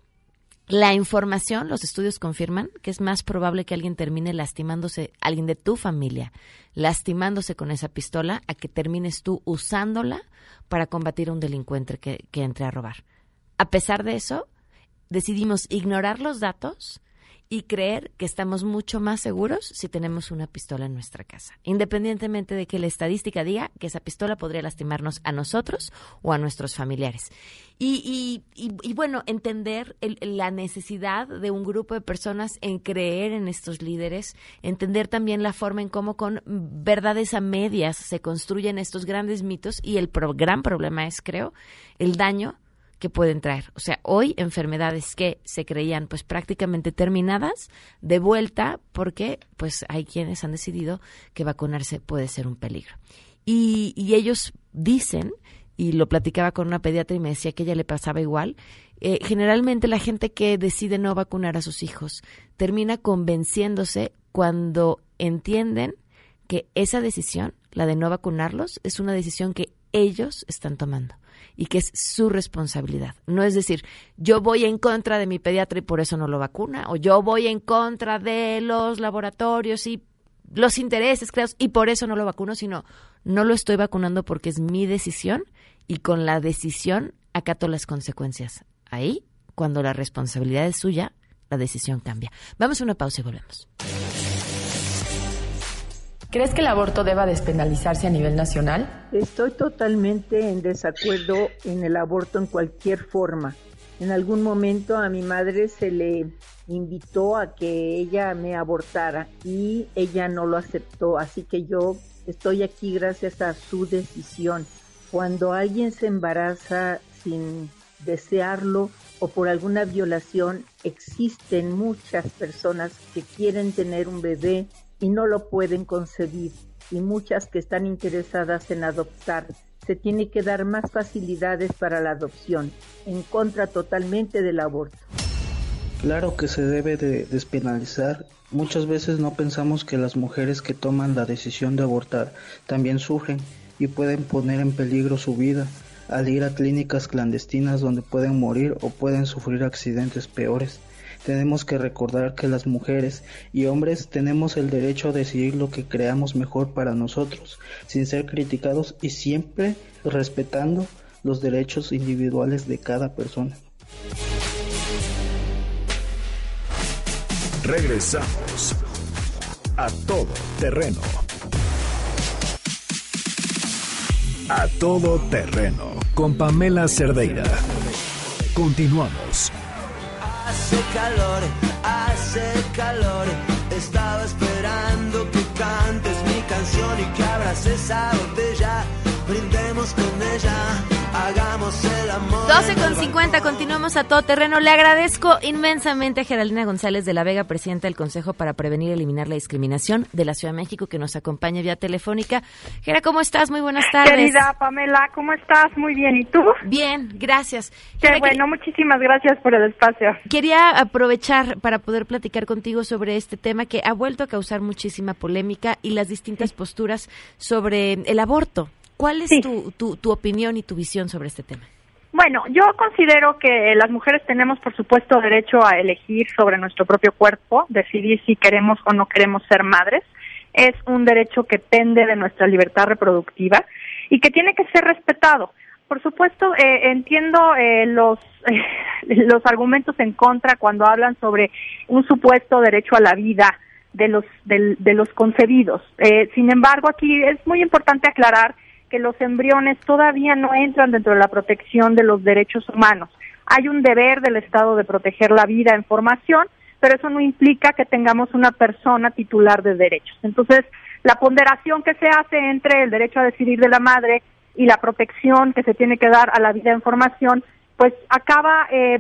La información, los estudios confirman que es más probable que alguien termine lastimándose, alguien de tu familia, lastimándose con esa pistola, a que termines tú usándola para combatir a un delincuente que, que entre a robar. A pesar de eso, decidimos ignorar los datos y creer que estamos mucho más seguros si tenemos una pistola en nuestra casa, independientemente de que la estadística diga que esa pistola podría lastimarnos a nosotros o a nuestros familiares. Y, y, y, y bueno, entender el, la necesidad de un grupo de personas en creer en estos líderes, entender también la forma en cómo con verdades a medias se construyen estos grandes mitos, y el pro, gran problema es, creo, el daño que pueden traer. O sea, hoy enfermedades que se creían pues prácticamente terminadas, de vuelta, porque pues hay quienes han decidido que vacunarse puede ser un peligro. Y, y ellos dicen, y lo platicaba con una pediatra y me decía que a ella le pasaba igual, eh, generalmente la gente que decide no vacunar a sus hijos termina convenciéndose cuando entienden que esa decisión, la de no vacunarlos, es una decisión que ellos están tomando y que es su responsabilidad. No es decir, yo voy en contra de mi pediatra y por eso no lo vacuna, o yo voy en contra de los laboratorios y los intereses creados y por eso no lo vacuno, sino no lo estoy vacunando porque es mi decisión y con la decisión acato las consecuencias. Ahí, cuando la responsabilidad es suya, la decisión cambia. Vamos a una pausa y volvemos. ¿Crees que el aborto deba despenalizarse a nivel nacional? Estoy totalmente en desacuerdo en el aborto en cualquier forma. En algún momento a mi madre se le invitó a que ella me abortara y ella no lo aceptó, así que yo estoy aquí gracias a su decisión. Cuando alguien se embaraza sin desearlo o por alguna violación, existen muchas personas que quieren tener un bebé y no lo pueden concebir, y muchas que están interesadas en adoptar. Se tiene que dar más facilidades para la adopción, en contra totalmente del aborto. Claro que se debe de despenalizar. Muchas veces no pensamos que las mujeres que toman la decisión de abortar también sufren y pueden poner en peligro su vida al ir a clínicas clandestinas donde pueden morir o pueden sufrir accidentes peores. Tenemos que recordar que las mujeres y hombres tenemos el derecho a decidir lo que creamos mejor para nosotros, sin ser criticados y siempre respetando los derechos individuales de cada persona. Regresamos a Todo Terreno. A Todo Terreno con Pamela Cerdeira. Continuamos. Hace calor, hace calor, estaba esperando que cantes mi canción y que abras esa botella, brindemos con ella, hagamos el amor. doce con cincuenta, continuamos a todo terreno. Le agradezco inmensamente a Geraldina González de la Vega, presidenta del Consejo para Prevenir y Eliminar la Discriminación de la Ciudad de México, que nos acompaña vía telefónica. Gera, ¿cómo estás? Muy buenas tardes. Querida Pamela, ¿cómo estás? Muy bien, ¿y tú? Bien, gracias. Qué Gera, bueno, que... muchísimas gracias por el espacio. Quería aprovechar para poder platicar contigo sobre este tema que ha vuelto a causar muchísima polémica y las distintas sí. posturas sobre el aborto. ¿Cuál es sí. tu, tu, tu opinión y tu visión sobre este tema? Bueno, yo considero que las mujeres tenemos, por supuesto, derecho a elegir sobre nuestro propio cuerpo, decidir si queremos o no queremos ser madres. Es un derecho que pende de nuestra libertad reproductiva y que tiene que ser respetado. Por supuesto, eh, entiendo eh, los eh, los argumentos en contra cuando hablan sobre un supuesto derecho a la vida de los de, de los concebidos. Eh, sin embargo, aquí es muy importante aclarar que los embriones todavía no entran dentro de la protección de los derechos humanos. Hay un deber del Estado de proteger la vida en formación, pero eso no implica que tengamos una persona titular de derechos. Entonces, la ponderación que se hace entre el derecho a decidir de la madre y la protección que se tiene que dar a la vida en formación, pues acaba eh,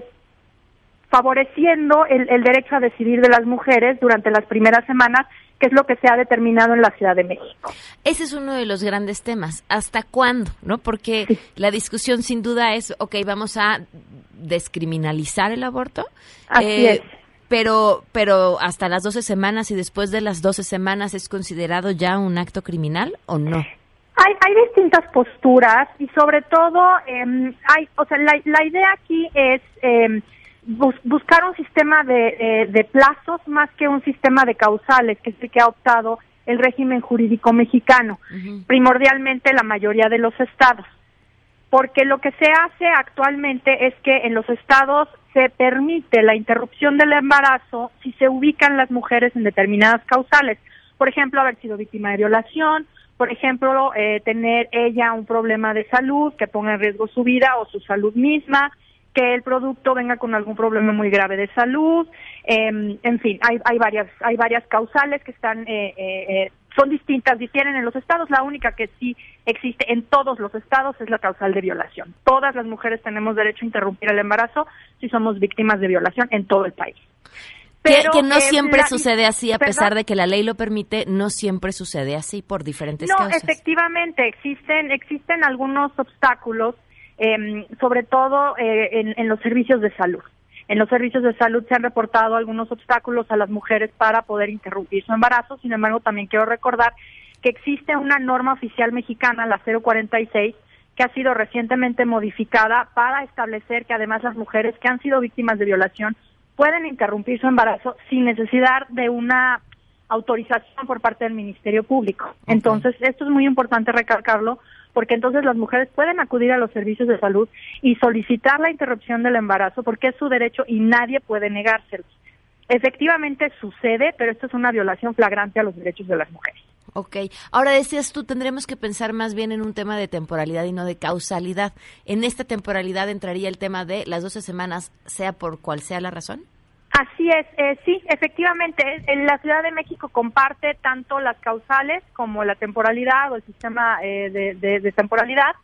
favoreciendo el, el derecho a decidir de las mujeres durante las primeras semanas, que es lo que se ha determinado en la Ciudad de México. Ese es uno de los grandes temas. ¿Hasta cuándo? ¿No? Porque sí. la discusión sin duda es, ok, vamos a descriminalizar el aborto. Así eh, es. Pero, pero hasta las doce semanas y después de las doce semanas, ¿es considerado ya un acto criminal o no? Hay, hay distintas posturas y sobre todo, eh, hay, o sea, la, la idea aquí es eh, bus, buscar un sistema de, eh, de plazos más que un sistema de causales, que es el que ha optado el régimen jurídico mexicano, uh-huh. primordialmente la mayoría de los estados. Porque lo que se hace actualmente es que en los estados se permite la interrupción del embarazo si se ubican las mujeres en determinadas causales. Por ejemplo, haber sido víctima de violación, por ejemplo, eh, tener ella un problema de salud que ponga en riesgo su vida o su salud misma, que el producto venga con algún problema muy grave de salud, eh, en fin, hay, hay varias hay varias causales que están eh, eh, son distintas, difieren en los estados. La única que sí existe en todos los estados es la causal de violación. Todas las mujeres tenemos derecho a interrumpir el embarazo si somos víctimas de violación en todo el país. Pero, que, que no eh, siempre la, sucede así, a ¿perdón? pesar de que la ley lo permite, no siempre sucede así por diferentes no, causas. No, efectivamente, existen existen algunos obstáculos, eh, sobre todo eh, en, en los servicios de salud. En los servicios de salud se han reportado algunos obstáculos a las mujeres para poder interrumpir su embarazo. Sin embargo, también quiero recordar que existe una norma oficial mexicana, la cero cuarenta y seis, que ha sido recientemente modificada para establecer que además las mujeres que han sido víctimas de violación pueden interrumpir su embarazo sin necesidad de una autorización por parte del Ministerio Público. Okay. Entonces, esto es muy importante recalcarlo, porque entonces las mujeres pueden acudir a los servicios de salud y solicitar la interrupción del embarazo, porque es su derecho y nadie puede negárselo. Efectivamente sucede, pero esto es una violación flagrante a los derechos de las mujeres. Ok. Ahora decías tú, tendremos que pensar más bien en un tema de temporalidad y no de causalidad. ¿En esta temporalidad entraría el tema de las doce semanas, sea por cual sea la razón? Así es, eh, sí, efectivamente, en la Ciudad de México comparte tanto las causales como la temporalidad o el sistema eh, de, de, de temporalidad,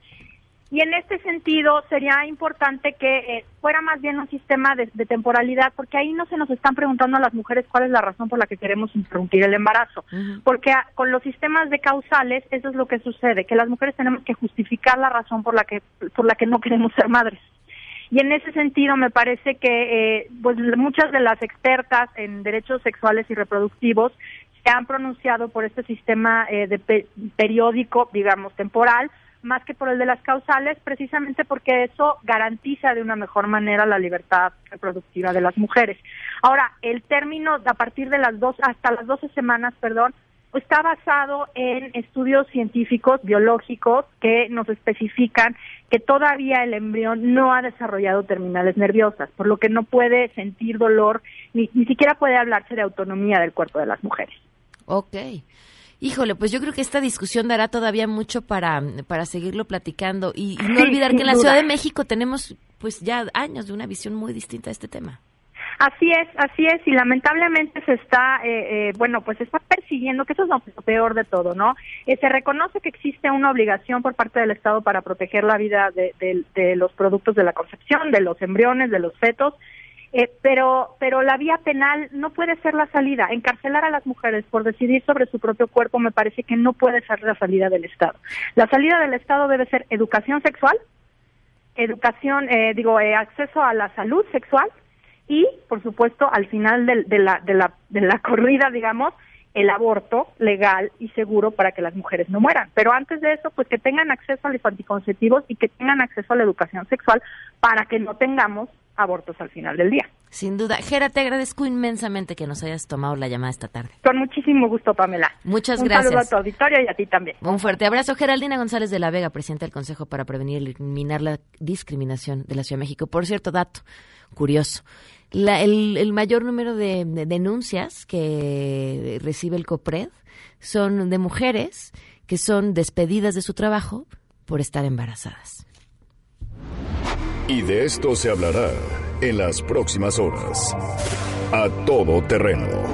y en este sentido sería importante que eh, fuera más bien un sistema de, de temporalidad, porque ahí no se nos están preguntando a las mujeres cuál es la razón por la que queremos interrumpir el embarazo, uh-huh. porque a, con los sistemas de causales eso es lo que sucede, que las mujeres tenemos que justificar la razón por la que por la que no queremos ser madres. Y en ese sentido me parece que eh, pues muchas de las expertas en derechos sexuales y reproductivos se han pronunciado por este sistema eh, de pe- periódico, digamos, temporal, más que por el de las causales, precisamente porque eso garantiza de una mejor manera la libertad reproductiva de las mujeres. Ahora, el término a partir de las dos, hasta las doce semanas, perdón, está basado en estudios científicos, biológicos, que nos especifican que todavía el embrión no ha desarrollado terminales nerviosas, por lo que no puede sentir dolor, ni, ni siquiera puede hablarse de autonomía del cuerpo de las mujeres. Ok. Híjole, pues yo creo que esta discusión dará todavía mucho para, para seguirlo platicando. Y, y no sí, olvidar que en la duda. Ciudad de México tenemos pues ya años de una visión muy distinta de este tema. Así es, así es, y lamentablemente se está, eh, eh, bueno, pues se está persiguiendo, que eso es lo peor de todo, ¿no? Eh, se reconoce que existe una obligación por parte del Estado para proteger la vida de, de, de los productos de la concepción, de los embriones, de los fetos, eh, pero, pero la vía penal no puede ser la salida. Encarcelar a las mujeres por decidir sobre su propio cuerpo me parece que no puede ser la salida del Estado. La salida del Estado debe ser educación sexual, educación, eh, digo, eh, acceso a la salud sexual, y, por supuesto, al final de, de, la, de, la, de la corrida, digamos, el aborto legal y seguro para que las mujeres no mueran. Pero antes de eso, pues que tengan acceso a los anticonceptivos y que tengan acceso a la educación sexual para que no tengamos abortos al final del día. Sin duda. Jera, te agradezco inmensamente que nos hayas tomado la llamada esta tarde. Con muchísimo gusto, Pamela. Muchas Un gracias. Un saludo a tu auditorio y a ti también. Un fuerte abrazo. Geraldina González de la Vega, presidenta del Consejo para Prevenir y Eliminar la Discriminación de la Ciudad de México. Por cierto, dato curioso. La, el, el mayor número de, de denuncias que recibe el COPRED son de mujeres que son despedidas de su trabajo por estar embarazadas. Y de esto se hablará en las próximas horas. A Todo Terreno.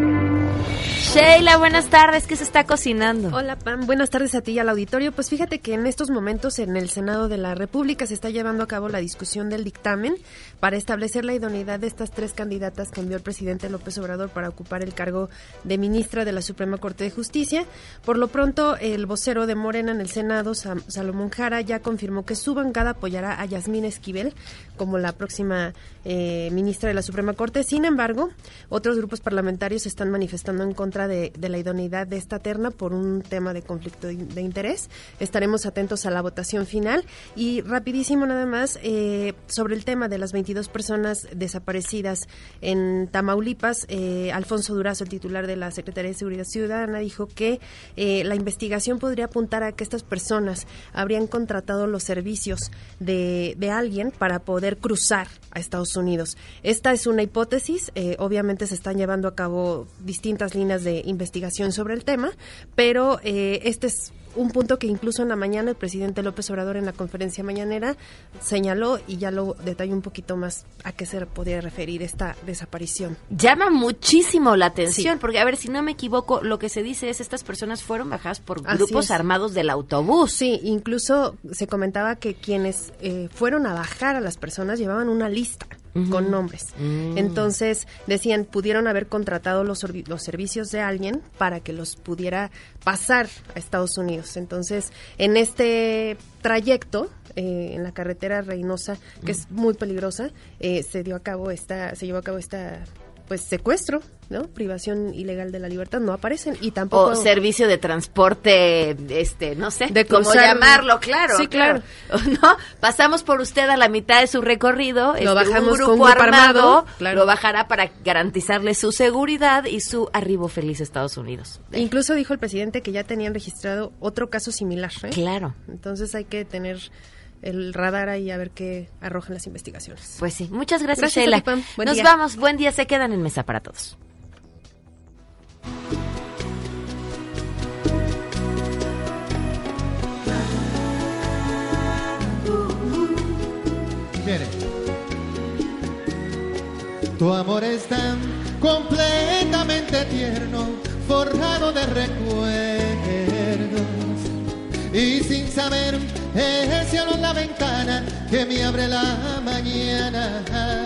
Sheila, buenas tardes. ¿Qué se está cocinando? Hola, Pam. Buenas tardes a ti y al auditorio. Pues fíjate que en estos momentos en el Senado de la República se está llevando a cabo la discusión del dictamen para establecer la idoneidad de estas tres candidatas que envió el presidente López Obrador para ocupar el cargo de ministra de la Suprema Corte de Justicia. Por lo pronto, el vocero de Morena en el Senado, Sam- Salomón Jara, ya confirmó que su bancada apoyará a Yasmín Esquivel como la próxima eh, ministra de la Suprema Corte. Sin embargo, otros grupos parlamentarios se están manifestando en contra De, de la idoneidad de esta terna por un tema de conflicto de, de interés. Estaremos atentos a la votación final. Y rapidísimo nada más, eh, sobre el tema de las veintidós personas desaparecidas en Tamaulipas, eh, Alfonso Durazo, el titular de la Secretaría de Seguridad Ciudadana, dijo que eh, la investigación podría apuntar a que estas personas habrían contratado los servicios de, de alguien para poder cruzar a Estados Unidos. Esta es una hipótesis, eh, obviamente se están llevando a cabo distintas líneas de investigación sobre el tema, pero eh, este es un punto que incluso en la mañana el presidente López Obrador en la conferencia mañanera señaló y ya lo detalló un poquito más a qué se podría referir esta desaparición. Llama muchísimo la atención, Sí. porque a ver, si no me equivoco, lo que se dice es estas personas fueron bajadas por Así grupos es. armados del autobús. Sí, incluso se comentaba que quienes eh, fueron a bajar a las personas llevaban una lista Ujú. con nombres. Mm. Entonces, decían, pudieron haber contratado los, orbi- los servicios de alguien para que los pudiera pasar a Estados Unidos. Entonces, en este trayecto, eh, en la carretera Reynosa, que es muy peligrosa, eh, se dio a cabo esta, se llevó a cabo esta pues secuestro, ¿no? Privación ilegal de la libertad, no aparecen y tampoco O servicio de transporte, este, no sé, De cómo cruzar- llamarlo, claro. Sí, claro. ¿No? Pasamos por usted a la mitad de su recorrido, este, bajamos un grupo, con un grupo armado, armado, claro. lo bajará para garantizarle su seguridad y su arribo feliz a Estados Unidos. Incluso dijo el presidente que ya tenían registrado otro caso similar, ¿eh? Claro. Entonces hay que tener el radar ahí a ver qué arrojan las investigaciones. Pues sí, muchas gracias, Gracias a Sheila. ti, Pam. Buen Nos día. vamos, buen día, se quedan en Mesa para Todos. Viene. Tu amor es tan completamente tierno, forjado de recuerdos, y sin saber el cielo en la ventana que me abre la mañana.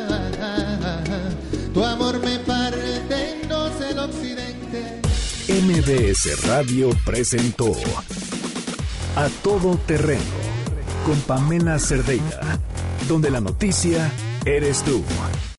Tu amor me parte en dos el occidente. M B S Radio presentó A Todo Terreno con Pamela Cerdeira, donde la noticia eres tú.